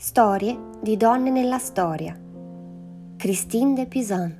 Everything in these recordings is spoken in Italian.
Storie di donne nella storia. Christine de Pizan.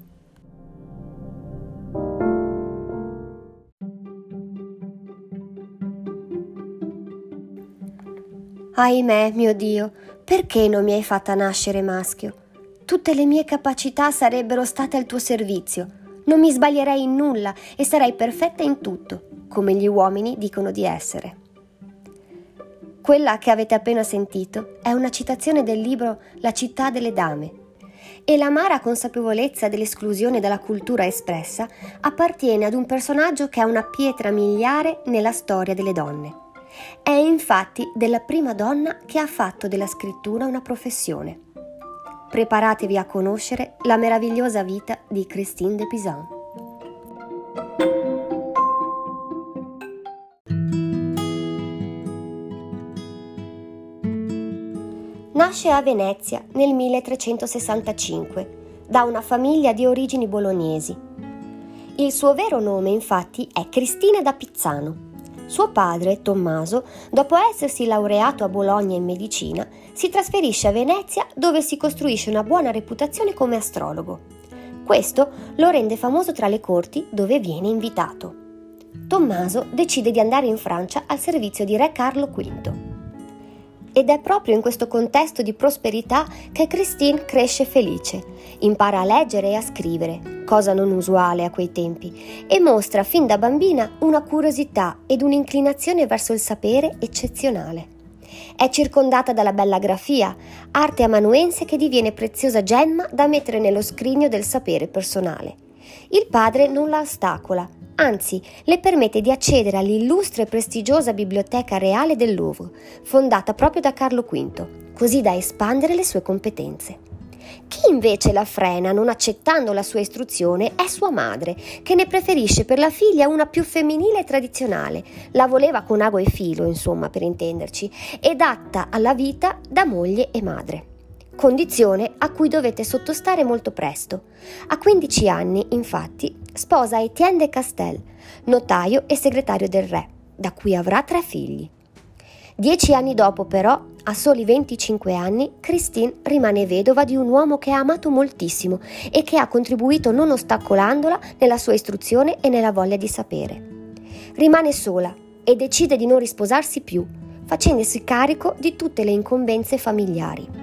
Ahimè, mio Dio, perché non mi hai fatta nascere maschio? Tutte le mie capacità sarebbero state al tuo servizio. Non mi sbaglierei in nulla e sarei perfetta in tutto, come gli uomini dicono di essere. Quella che avete appena sentito è una citazione del libro La città delle dame, e l'amara consapevolezza dell'esclusione dalla cultura espressa appartiene ad un personaggio che è una pietra miliare nella storia delle donne. È infatti della prima donna che ha fatto della scrittura una professione. Preparatevi a conoscere la meravigliosa vita di Christine de Pizan. Nasce a Venezia nel 1365 da una famiglia di origini bolognesi. Il suo vero nome, infatti, è Cristina da Pizzano. Suo padre, Tommaso, dopo essersi laureato a Bologna in medicina, si trasferisce a Venezia dove si costruisce una buona reputazione come astrologo. Questo lo rende famoso tra le corti dove viene invitato. Tommaso decide di andare in Francia al servizio di re Carlo V. Ed è proprio in questo contesto di prosperità che Christine cresce felice, impara a leggere e a scrivere, cosa non usuale a quei tempi, e mostra fin da bambina una curiosità ed un'inclinazione verso il sapere eccezionale. È circondata dalla bella grafia, arte amanuense che diviene preziosa gemma da mettere nello scrigno del sapere personale. Il padre non la ostacola, anzi le permette di accedere all'illustre e prestigiosa biblioteca reale del Louvre, fondata proprio da Carlo V, così da espandere le sue competenze. Chi invece la frena non accettando la sua istruzione è sua madre, che ne preferisce per la figlia una più femminile e tradizionale, la voleva con ago e filo, insomma, per intenderci, ed atta alla vita da moglie e madre. Condizione a cui dovete sottostare molto presto. A 15 anni, infatti, sposa Étienne de Castel, notaio e segretario del re, da cui avrà 3 figli. 10 anni dopo, però, a soli 25 anni, Christine rimane vedova di un uomo che ha amato moltissimo e che ha contribuito non ostacolandola nella sua istruzione e nella voglia di sapere. Rimane sola e decide di non risposarsi più, facendosi carico di tutte le incombenze familiari.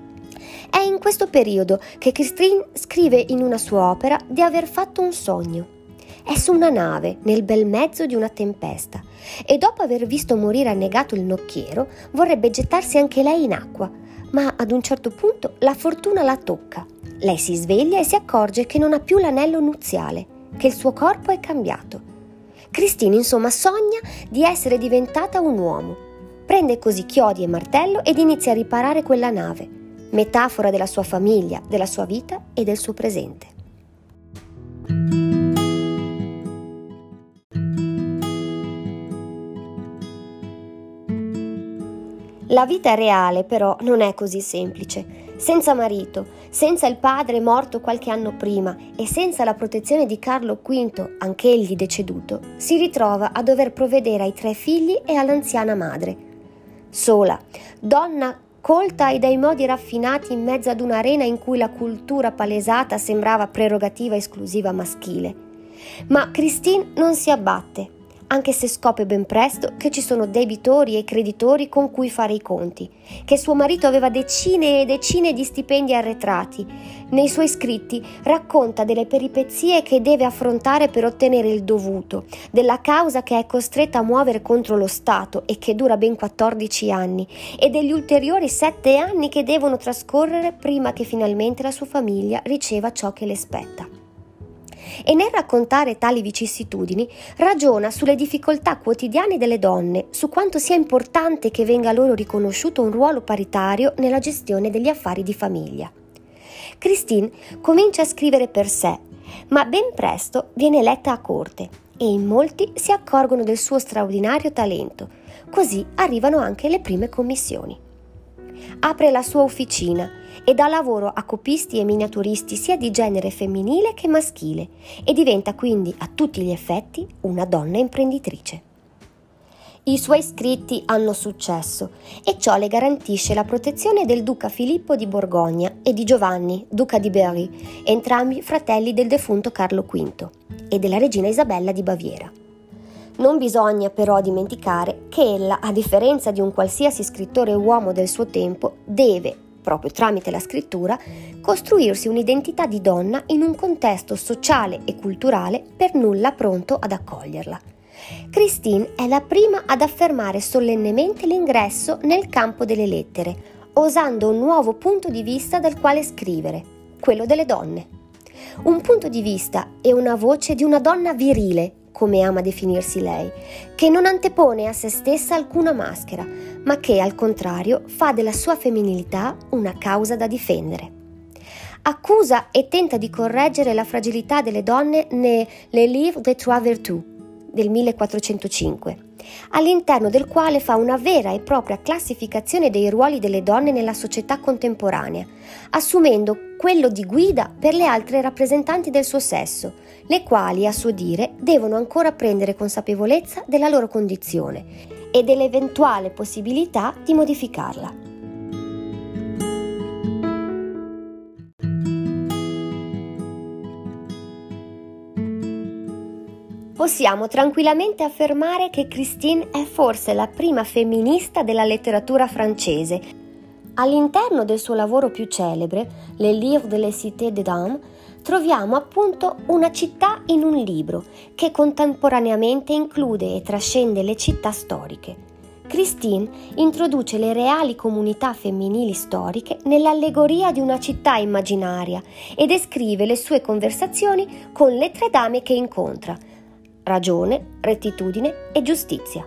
È in questo periodo che Christine scrive in una sua opera di aver fatto un sogno. È su una nave nel bel mezzo di una tempesta e dopo aver visto morire annegato il nocchiero vorrebbe gettarsi anche lei in acqua, ma ad un certo punto la fortuna la tocca. Lei si sveglia e si accorge che non ha più l'anello nuziale, che il suo corpo è cambiato. Christine insomma sogna di essere diventata un uomo. Prende così chiodi e martello ed inizia a riparare quella nave, metafora della sua famiglia, della sua vita e del suo presente. La vita reale però non è così semplice. Senza marito, senza il padre morto qualche anno prima e senza la protezione di Carlo V, anch'egli deceduto, si ritrova a dover provvedere ai 3 figli e all'anziana madre. Sola, donna colta e dai modi raffinati in mezzo ad un'arena in cui la cultura palesata sembrava prerogativa esclusiva maschile. Ma Christine non si abbatte, anche se scopre ben presto che ci sono debitori e creditori con cui fare i conti, che suo marito aveva decine e decine di stipendi arretrati. Nei suoi scritti racconta delle peripezie che deve affrontare per ottenere il dovuto, della causa che è costretta a muovere contro lo Stato e che dura ben 14 anni, e degli ulteriori 7 anni che devono trascorrere prima che finalmente la sua famiglia riceva ciò che le spetta. E nel raccontare tali vicissitudini ragiona sulle difficoltà quotidiane delle donne, su quanto sia importante che venga loro riconosciuto un ruolo paritario nella gestione degli affari di famiglia. Christine comincia a scrivere per sé, ma ben presto viene eletta a corte e in molti si accorgono del suo straordinario talento, così arrivano anche le prime commissioni. Apre la sua officina e dà lavoro a copisti e miniaturisti sia di genere femminile che maschile e diventa quindi a tutti gli effetti una donna imprenditrice. I suoi scritti hanno successo e ciò le garantisce la protezione del duca Filippo di Borgogna e di Giovanni, duca di Berry, entrambi fratelli del defunto Carlo V, e della regina Isabella di Baviera. Non bisogna però dimenticare che ella, a differenza di un qualsiasi scrittore uomo del suo tempo, deve, proprio tramite la scrittura, costruirsi un'identità di donna in un contesto sociale e culturale per nulla pronto ad accoglierla. Christine è la prima ad affermare solennemente l'ingresso nel campo delle lettere, osando un nuovo punto di vista dal quale scrivere, quello delle donne. Un punto di vista e una voce di una donna virile, come ama definirsi lei, che non antepone a se stessa alcuna maschera, ma che, al contrario, fa della sua femminilità una causa da difendere. Accusa e tenta di correggere la fragilità delle donne Le Livre des Trois Vertus del 1405, all'interno del quale fa una vera e propria classificazione dei ruoli delle donne nella società contemporanea, assumendo quello di guida per le altre rappresentanti del suo sesso, le quali, a suo dire, devono ancora prendere consapevolezza della loro condizione e dell'eventuale possibilità di modificarla. Possiamo tranquillamente affermare che Christine è forse la prima femminista della letteratura francese. All'interno del suo lavoro più celebre, Le Livre de la Cité des Dames, troviamo appunto una città in un libro che contemporaneamente include e trascende le città storiche. Christine introduce le reali comunità femminili storiche nell'allegoria di una città immaginaria e descrive le sue conversazioni con le tre dame che incontra: ragione, rettitudine e giustizia.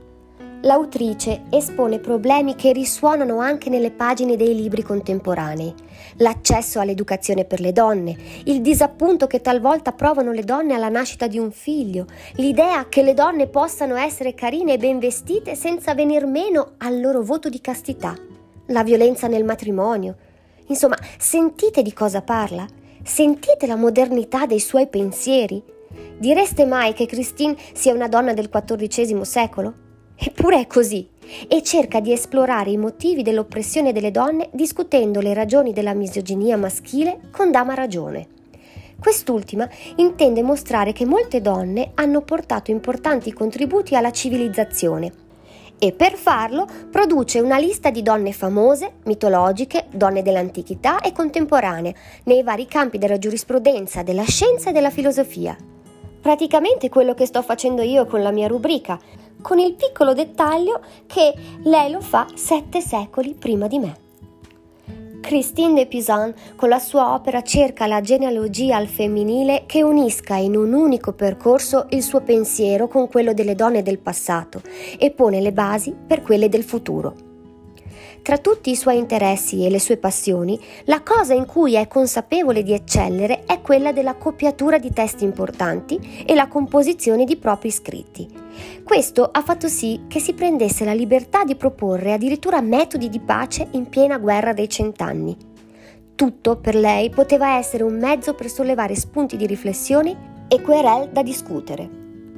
L'autrice espone problemi che risuonano anche nelle pagine dei libri contemporanei: l'accesso all'educazione per le donne, il disappunto che talvolta provano le donne alla nascita di un figlio, l'idea che le donne possano essere carine e ben vestite senza venir meno al loro voto di castità, la violenza nel matrimonio. Insomma, sentite di cosa parla? Sentite la modernità dei suoi pensieri? Direste mai che Christine sia una donna del XIV secolo? Eppure è così, e cerca di esplorare i motivi dell'oppressione delle donne discutendo le ragioni della misoginia maschile con Dama Ragione. Quest'ultima intende mostrare che molte donne hanno portato importanti contributi alla civilizzazione e per farlo produce una lista di donne famose, mitologiche, donne dell'antichità e contemporanee nei vari campi della giurisprudenza, della scienza e della filosofia. Praticamente quello che sto facendo io con la mia rubrica, con il piccolo dettaglio che lei lo fa 7 secoli prima di me. Christine de Pizan con la sua opera cerca la genealogia al femminile che unisca in un unico percorso il suo pensiero con quello delle donne del passato e pone le basi per quelle del futuro. Tra tutti i suoi interessi e le sue passioni, la cosa in cui è consapevole di eccellere è quella della copiatura di testi importanti e la composizione di propri scritti. Questo ha fatto sì che si prendesse la libertà di proporre addirittura metodi di pace in piena guerra dei 100 anni. Tutto per lei poteva essere un mezzo per sollevare spunti di riflessione e querelle da discutere.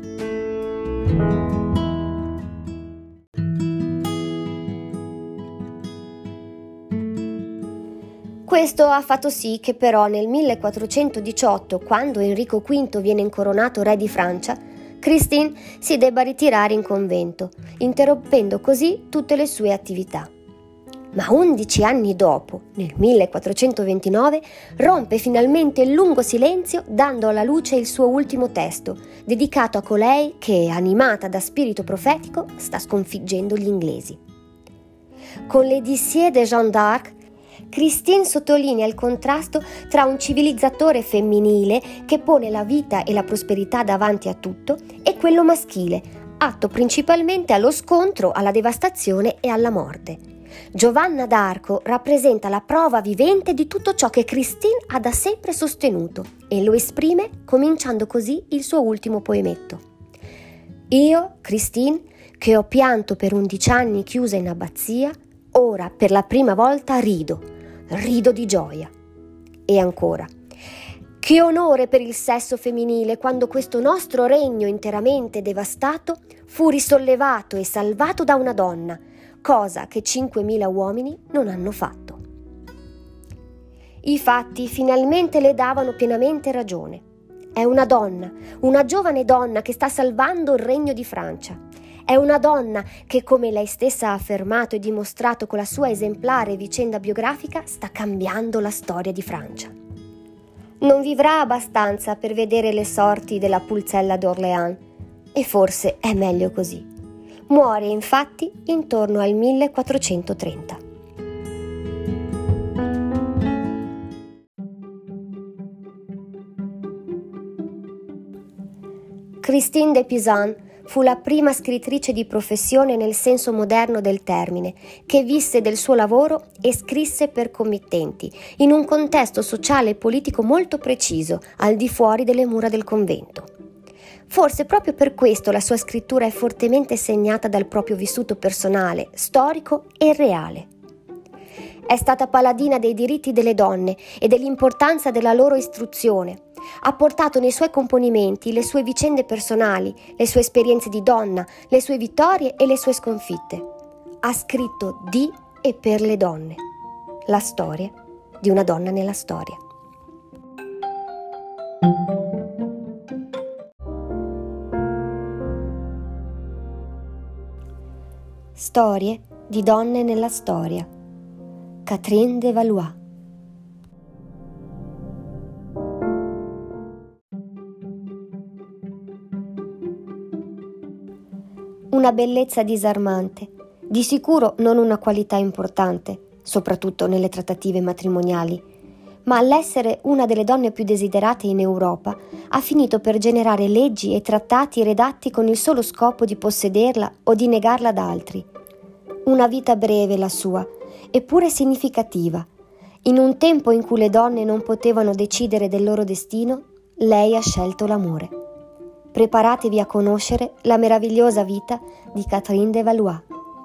Questo ha fatto sì che però nel 1418, quando Enrico V viene incoronato re di Francia, Christine si debba ritirare in convento, interrompendo così tutte le sue attività. Ma 11 anni dopo, nel 1429, rompe finalmente il lungo silenzio dando alla luce il suo ultimo testo, dedicato a colei che, animata da spirito profetico, sta sconfiggendo gli inglesi. Con l'Odyssée de Jeanne d'Arc, Christine sottolinea il contrasto tra un civilizzatore femminile che pone la vita e la prosperità davanti a tutto e quello maschile, atto principalmente allo scontro, alla devastazione e alla morte. Giovanna d'Arco rappresenta la prova vivente di tutto ciò che Christine ha da sempre sostenuto e lo esprime cominciando così il suo ultimo poemetto. Io, Christine, che ho pianto per 11 anni chiusa in abbazia, ora per la prima volta rido di gioia. E ancora, che onore per il sesso femminile quando questo nostro regno interamente devastato fu risollevato e salvato da una donna, cosa che 5.000 uomini non hanno fatto. I fatti finalmente le davano pienamente ragione. È una donna, una giovane donna che sta salvando il regno di Francia. È una donna che, come lei stessa ha affermato e dimostrato con la sua esemplare vicenda biografica, sta cambiando la storia di Francia. Non vivrà abbastanza per vedere le sorti della Pulzella d'Orléans, e forse è meglio così. Muore infatti intorno al 1430. Christine de Pizan fu la prima scrittrice di professione nel senso moderno del termine, che visse del suo lavoro e scrisse per committenti, in un contesto sociale e politico molto preciso, al di fuori delle mura del convento. Forse proprio per questo la sua scrittura è fortemente segnata dal proprio vissuto personale, storico e reale. È stata paladina dei diritti delle donne e dell'importanza della loro istruzione. Ha portato nei suoi componimenti le sue vicende personali, le sue esperienze di donna, le sue vittorie e le sue sconfitte. Ha scritto di e per le donne. La storia di una donna nella storia. Storie di donne nella storia. Catherine de Valois. Una bellezza disarmante, di sicuro non una qualità importante, soprattutto nelle trattative matrimoniali, ma all'essere una delle donne più desiderate in Europa, ha finito per generare leggi e trattati redatti con il solo scopo di possederla o di negarla ad altri. Una vita breve la sua, eppure significativa. In un tempo in cui le donne non potevano decidere del loro destino, lei ha scelto l'amore. Preparatevi a conoscere la meravigliosa vita di Catherine de Valois.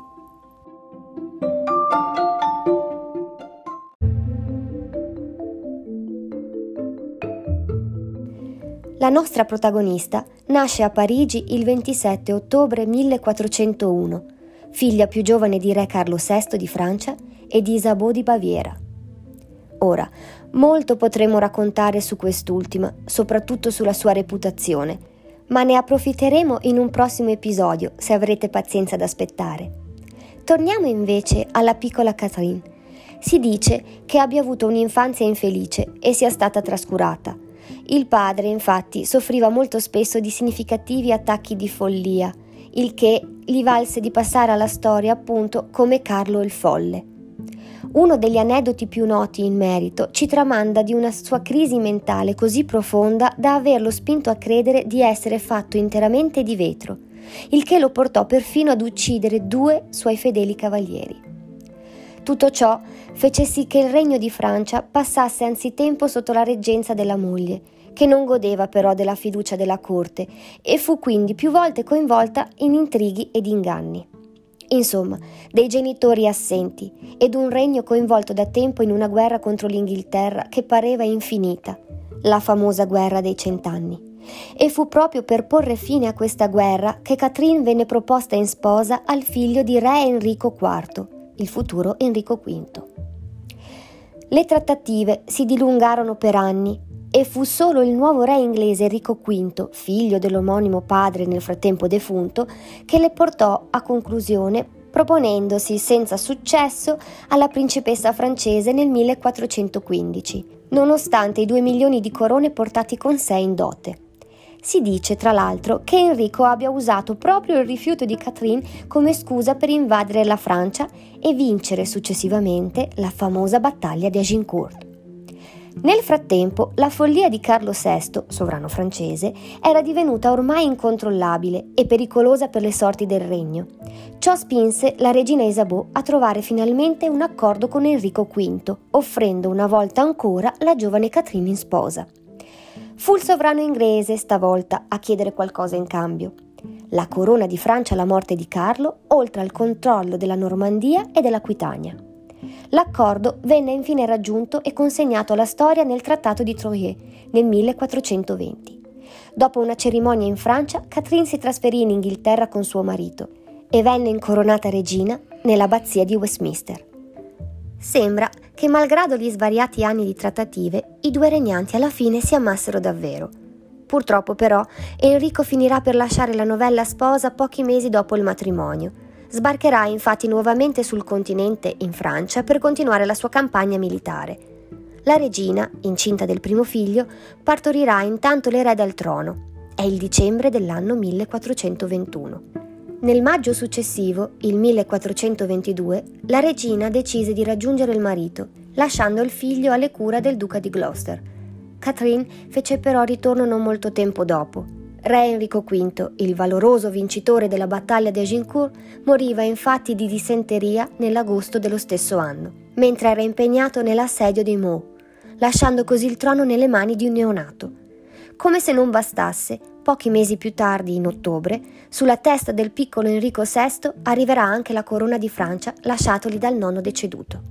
La nostra protagonista nasce a Parigi il 27 ottobre 1401, figlia più giovane di re Carlo VI di Francia e di Isabeau di Baviera. Ora, molto potremo raccontare su quest'ultima, soprattutto sulla sua reputazione, ma ne approfitteremo in un prossimo episodio, se avrete pazienza ad aspettare. Torniamo invece alla piccola Catherine. Si dice che abbia avuto un'infanzia infelice e sia stata trascurata. Il padre, infatti, soffriva molto spesso di significativi attacchi di follia, il che gli valse di passare alla storia appunto come Carlo il Folle. Uno degli aneddoti più noti in merito ci tramanda di una sua crisi mentale così profonda da averlo spinto a credere di essere fatto interamente di vetro, il che lo portò perfino ad uccidere 2 suoi fedeli cavalieri. Tutto ciò fece sì che il regno di Francia passasse anzitempo sotto la reggenza della moglie, che non godeva però della fiducia della corte e fu quindi più volte coinvolta in intrighi ed inganni. Insomma, dei genitori assenti ed un regno coinvolto da tempo in una guerra contro l'Inghilterra che pareva infinita, la famosa guerra dei 100 anni. E fu proprio per porre fine a questa guerra che Catherine venne proposta in sposa al figlio di re Enrico IV, il futuro Enrico V. Le trattative si dilungarono per anni e fu solo il nuovo re inglese Enrico V, figlio dell'omonimo padre nel frattempo defunto, che le portò a conclusione, proponendosi senza successo alla principessa francese nel 1415, nonostante i 2 milioni di corone portati con sé in dote. Si dice, tra l'altro, che Enrico abbia usato proprio il rifiuto di Catherine come scusa per invadere la Francia e vincere successivamente la famosa battaglia di Agincourt. Nel frattempo, la follia di Carlo VI, sovrano francese, era divenuta ormai incontrollabile e pericolosa per le sorti del regno. Ciò spinse la regina Isabeau a trovare finalmente un accordo con Enrico V, offrendo una volta ancora la giovane Catherine in sposa. Fu il sovrano inglese stavolta a chiedere qualcosa in cambio: la corona di Francia alla morte di Carlo, oltre al controllo della Normandia e dell'Aquitania. L'accordo venne infine raggiunto e consegnato alla storia nel Trattato di Troyes nel 1420. Dopo una cerimonia in Francia, Catherine si trasferì in Inghilterra con suo marito e venne incoronata regina nell'abbazia di Westminster. Sembra che, malgrado gli svariati anni di trattative, i due regnanti alla fine si amassero davvero. Purtroppo però Enrico finirà per lasciare la novella sposa pochi mesi dopo il matrimonio. Sbarcherà infatti nuovamente sul continente, in Francia, per continuare la sua campagna militare. La regina, incinta del primo figlio, partorirà intanto l'erede al trono. È il dicembre dell'anno 1421. Nel maggio successivo, il 1422, la regina decise di raggiungere il marito, lasciando il figlio alle cure del duca di Gloucester. Catherine fece però ritorno non molto tempo dopo. Re Enrico V, il valoroso vincitore della battaglia di Agincourt, moriva infatti di dissenteria nell'agosto dello stesso anno, mentre era impegnato nell'assedio di Meaux, lasciando così il trono nelle mani di un neonato. Come se non bastasse, pochi mesi più tardi, in ottobre, sulla testa del piccolo Enrico VI arriverà anche la corona di Francia lasciatogli dal nonno deceduto.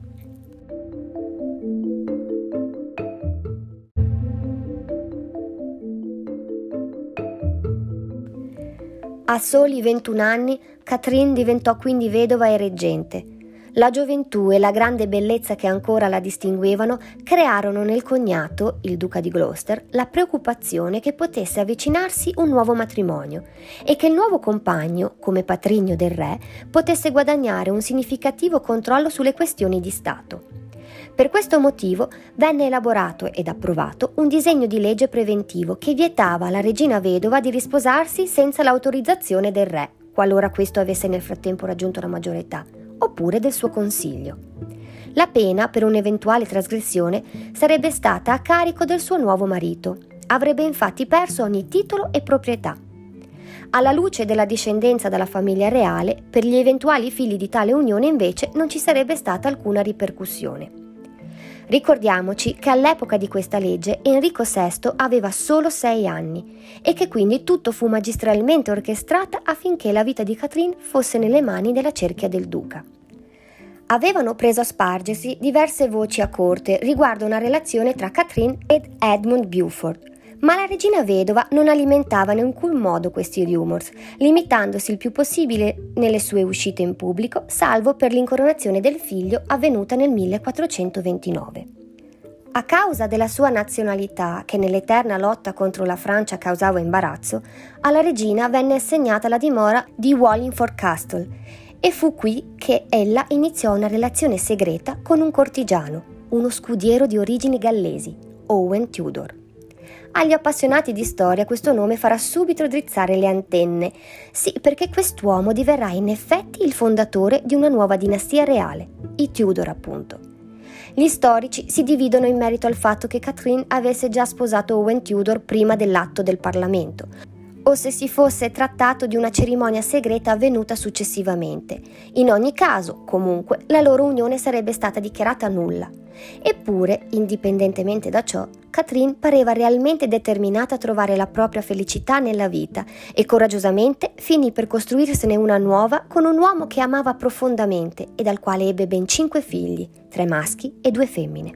A soli 21 anni, Catherine diventò quindi vedova e reggente. La gioventù e la grande bellezza che ancora la distinguevano crearono nel cognato, il duca di Gloucester, la preoccupazione che potesse avvicinarsi un nuovo matrimonio e che il nuovo compagno, come patrigno del re, potesse guadagnare un significativo controllo sulle questioni di Stato. Per questo motivo venne elaborato ed approvato un disegno di legge preventivo che vietava alla regina vedova di risposarsi senza l'autorizzazione del re, qualora questo avesse nel frattempo raggiunto la maggiore età, oppure del suo consiglio. La pena per un'eventuale trasgressione sarebbe stata a carico del suo nuovo marito. Avrebbe infatti perso ogni titolo e proprietà. Alla luce della discendenza dalla famiglia reale, per gli eventuali figli di tale unione invece non ci sarebbe stata alcuna ripercussione. Ricordiamoci che all'epoca di questa legge Enrico VI aveva solo 6 anni e che quindi tutto fu magistralmente orchestrata affinché la vita di Catherine fosse nelle mani della cerchia del duca. Avevano preso a spargersi diverse voci a corte riguardo una relazione tra Catherine ed Edmund Beaufort, ma la regina vedova non alimentava in alcun modo questi rumors, limitandosi il più possibile nelle sue uscite in pubblico, salvo per l'incoronazione del figlio avvenuta nel 1429. A causa della sua nazionalità, che nell'eterna lotta contro la Francia causava imbarazzo, alla regina venne assegnata la dimora di Wallingford Castle e fu qui che ella iniziò una relazione segreta con un cortigiano, uno scudiero di origini gallesi, Owen Tudor. Agli appassionati di storia questo nome farà subito drizzare le antenne. Sì, perché quest'uomo diverrà in effetti il fondatore di una nuova dinastia reale, i Tudor appunto. Gli storici si dividono in merito al fatto che Catherine avesse già sposato Owen Tudor prima dell'atto del Parlamento, o se si fosse trattato di una cerimonia segreta avvenuta successivamente. In ogni caso, comunque, la loro unione sarebbe stata dichiarata nulla. Eppure, indipendentemente da ciò, Catherine pareva realmente determinata a trovare la propria felicità nella vita e coraggiosamente finì per costruirsene una nuova con un uomo che amava profondamente e dal quale ebbe ben 5 figli, 3 maschi e 2 femmine.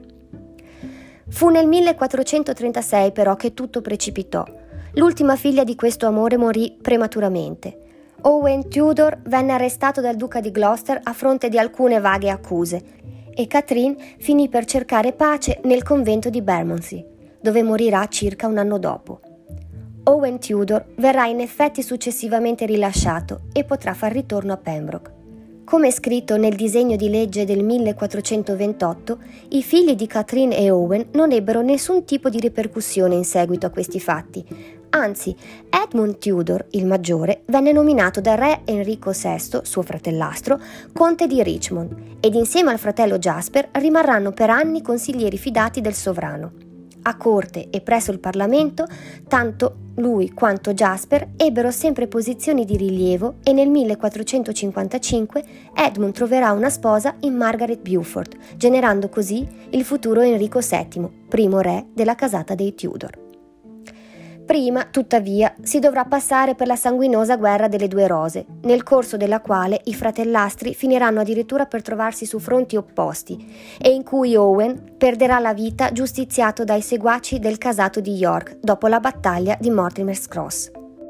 Fu nel 1436 però che tutto precipitò. L'ultima figlia di questo amore morì prematuramente. Owen Tudor venne arrestato dal duca di Gloucester a fronte di alcune vaghe accuse e Catherine finì per cercare pace nel convento di Bermondsey, dove morirà circa un anno dopo. Owen Tudor verrà in effetti successivamente rilasciato e potrà far ritorno a Pembroke. Come scritto nel disegno di legge del 1428, i figli di Catherine e Owen non ebbero nessun tipo di ripercussione in seguito a questi fatti. Anzi, Edmund Tudor, il maggiore, venne nominato da re Enrico VI, suo fratellastro, conte di Richmond, ed insieme al fratello Jasper rimarranno per anni consiglieri fidati del sovrano. A corte e presso il Parlamento, tanto lui quanto Jasper ebbero sempre posizioni di rilievo e nel 1455 Edmund troverà una sposa in Margaret Beaufort, generando così il futuro Enrico VII, primo re della casata dei Tudor. Prima, tuttavia, si dovrà passare per la sanguinosa guerra delle due rose, nel corso della quale i fratellastri finiranno addirittura per trovarsi su fronti opposti e in cui Owen perderà la vita giustiziato dai seguaci del casato di York dopo la battaglia di Mortimer's Cross.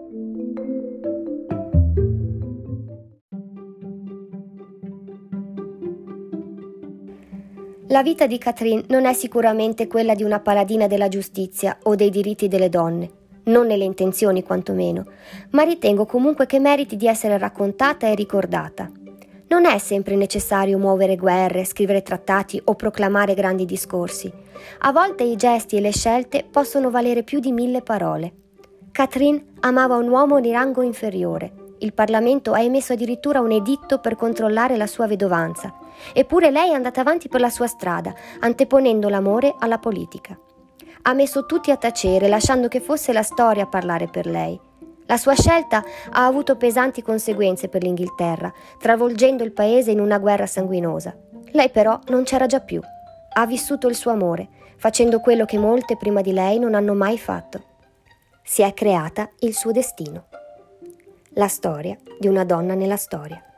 La vita di Catherine non è sicuramente quella di una paladina della giustizia o dei diritti delle donne, non nelle intenzioni quantomeno, ma ritengo comunque che meriti di essere raccontata e ricordata. Non è sempre necessario muovere guerre, scrivere trattati o proclamare grandi discorsi. A volte i gesti e le scelte possono valere più di 1000 parole. Catherine amava un uomo di rango inferiore. Il Parlamento ha emesso addirittura un editto per controllare la sua vedovanza. Eppure lei è andata avanti per la sua strada, anteponendo l'amore alla politica. Ha messo tutti a tacere, lasciando che fosse la storia a parlare per lei. La sua scelta ha avuto pesanti conseguenze per l'Inghilterra, travolgendo il paese in una guerra sanguinosa. Lei però non c'era già più. Ha vissuto il suo amore, facendo quello che molte prima di lei non hanno mai fatto. Si è creata il suo destino. La storia di una donna nella storia.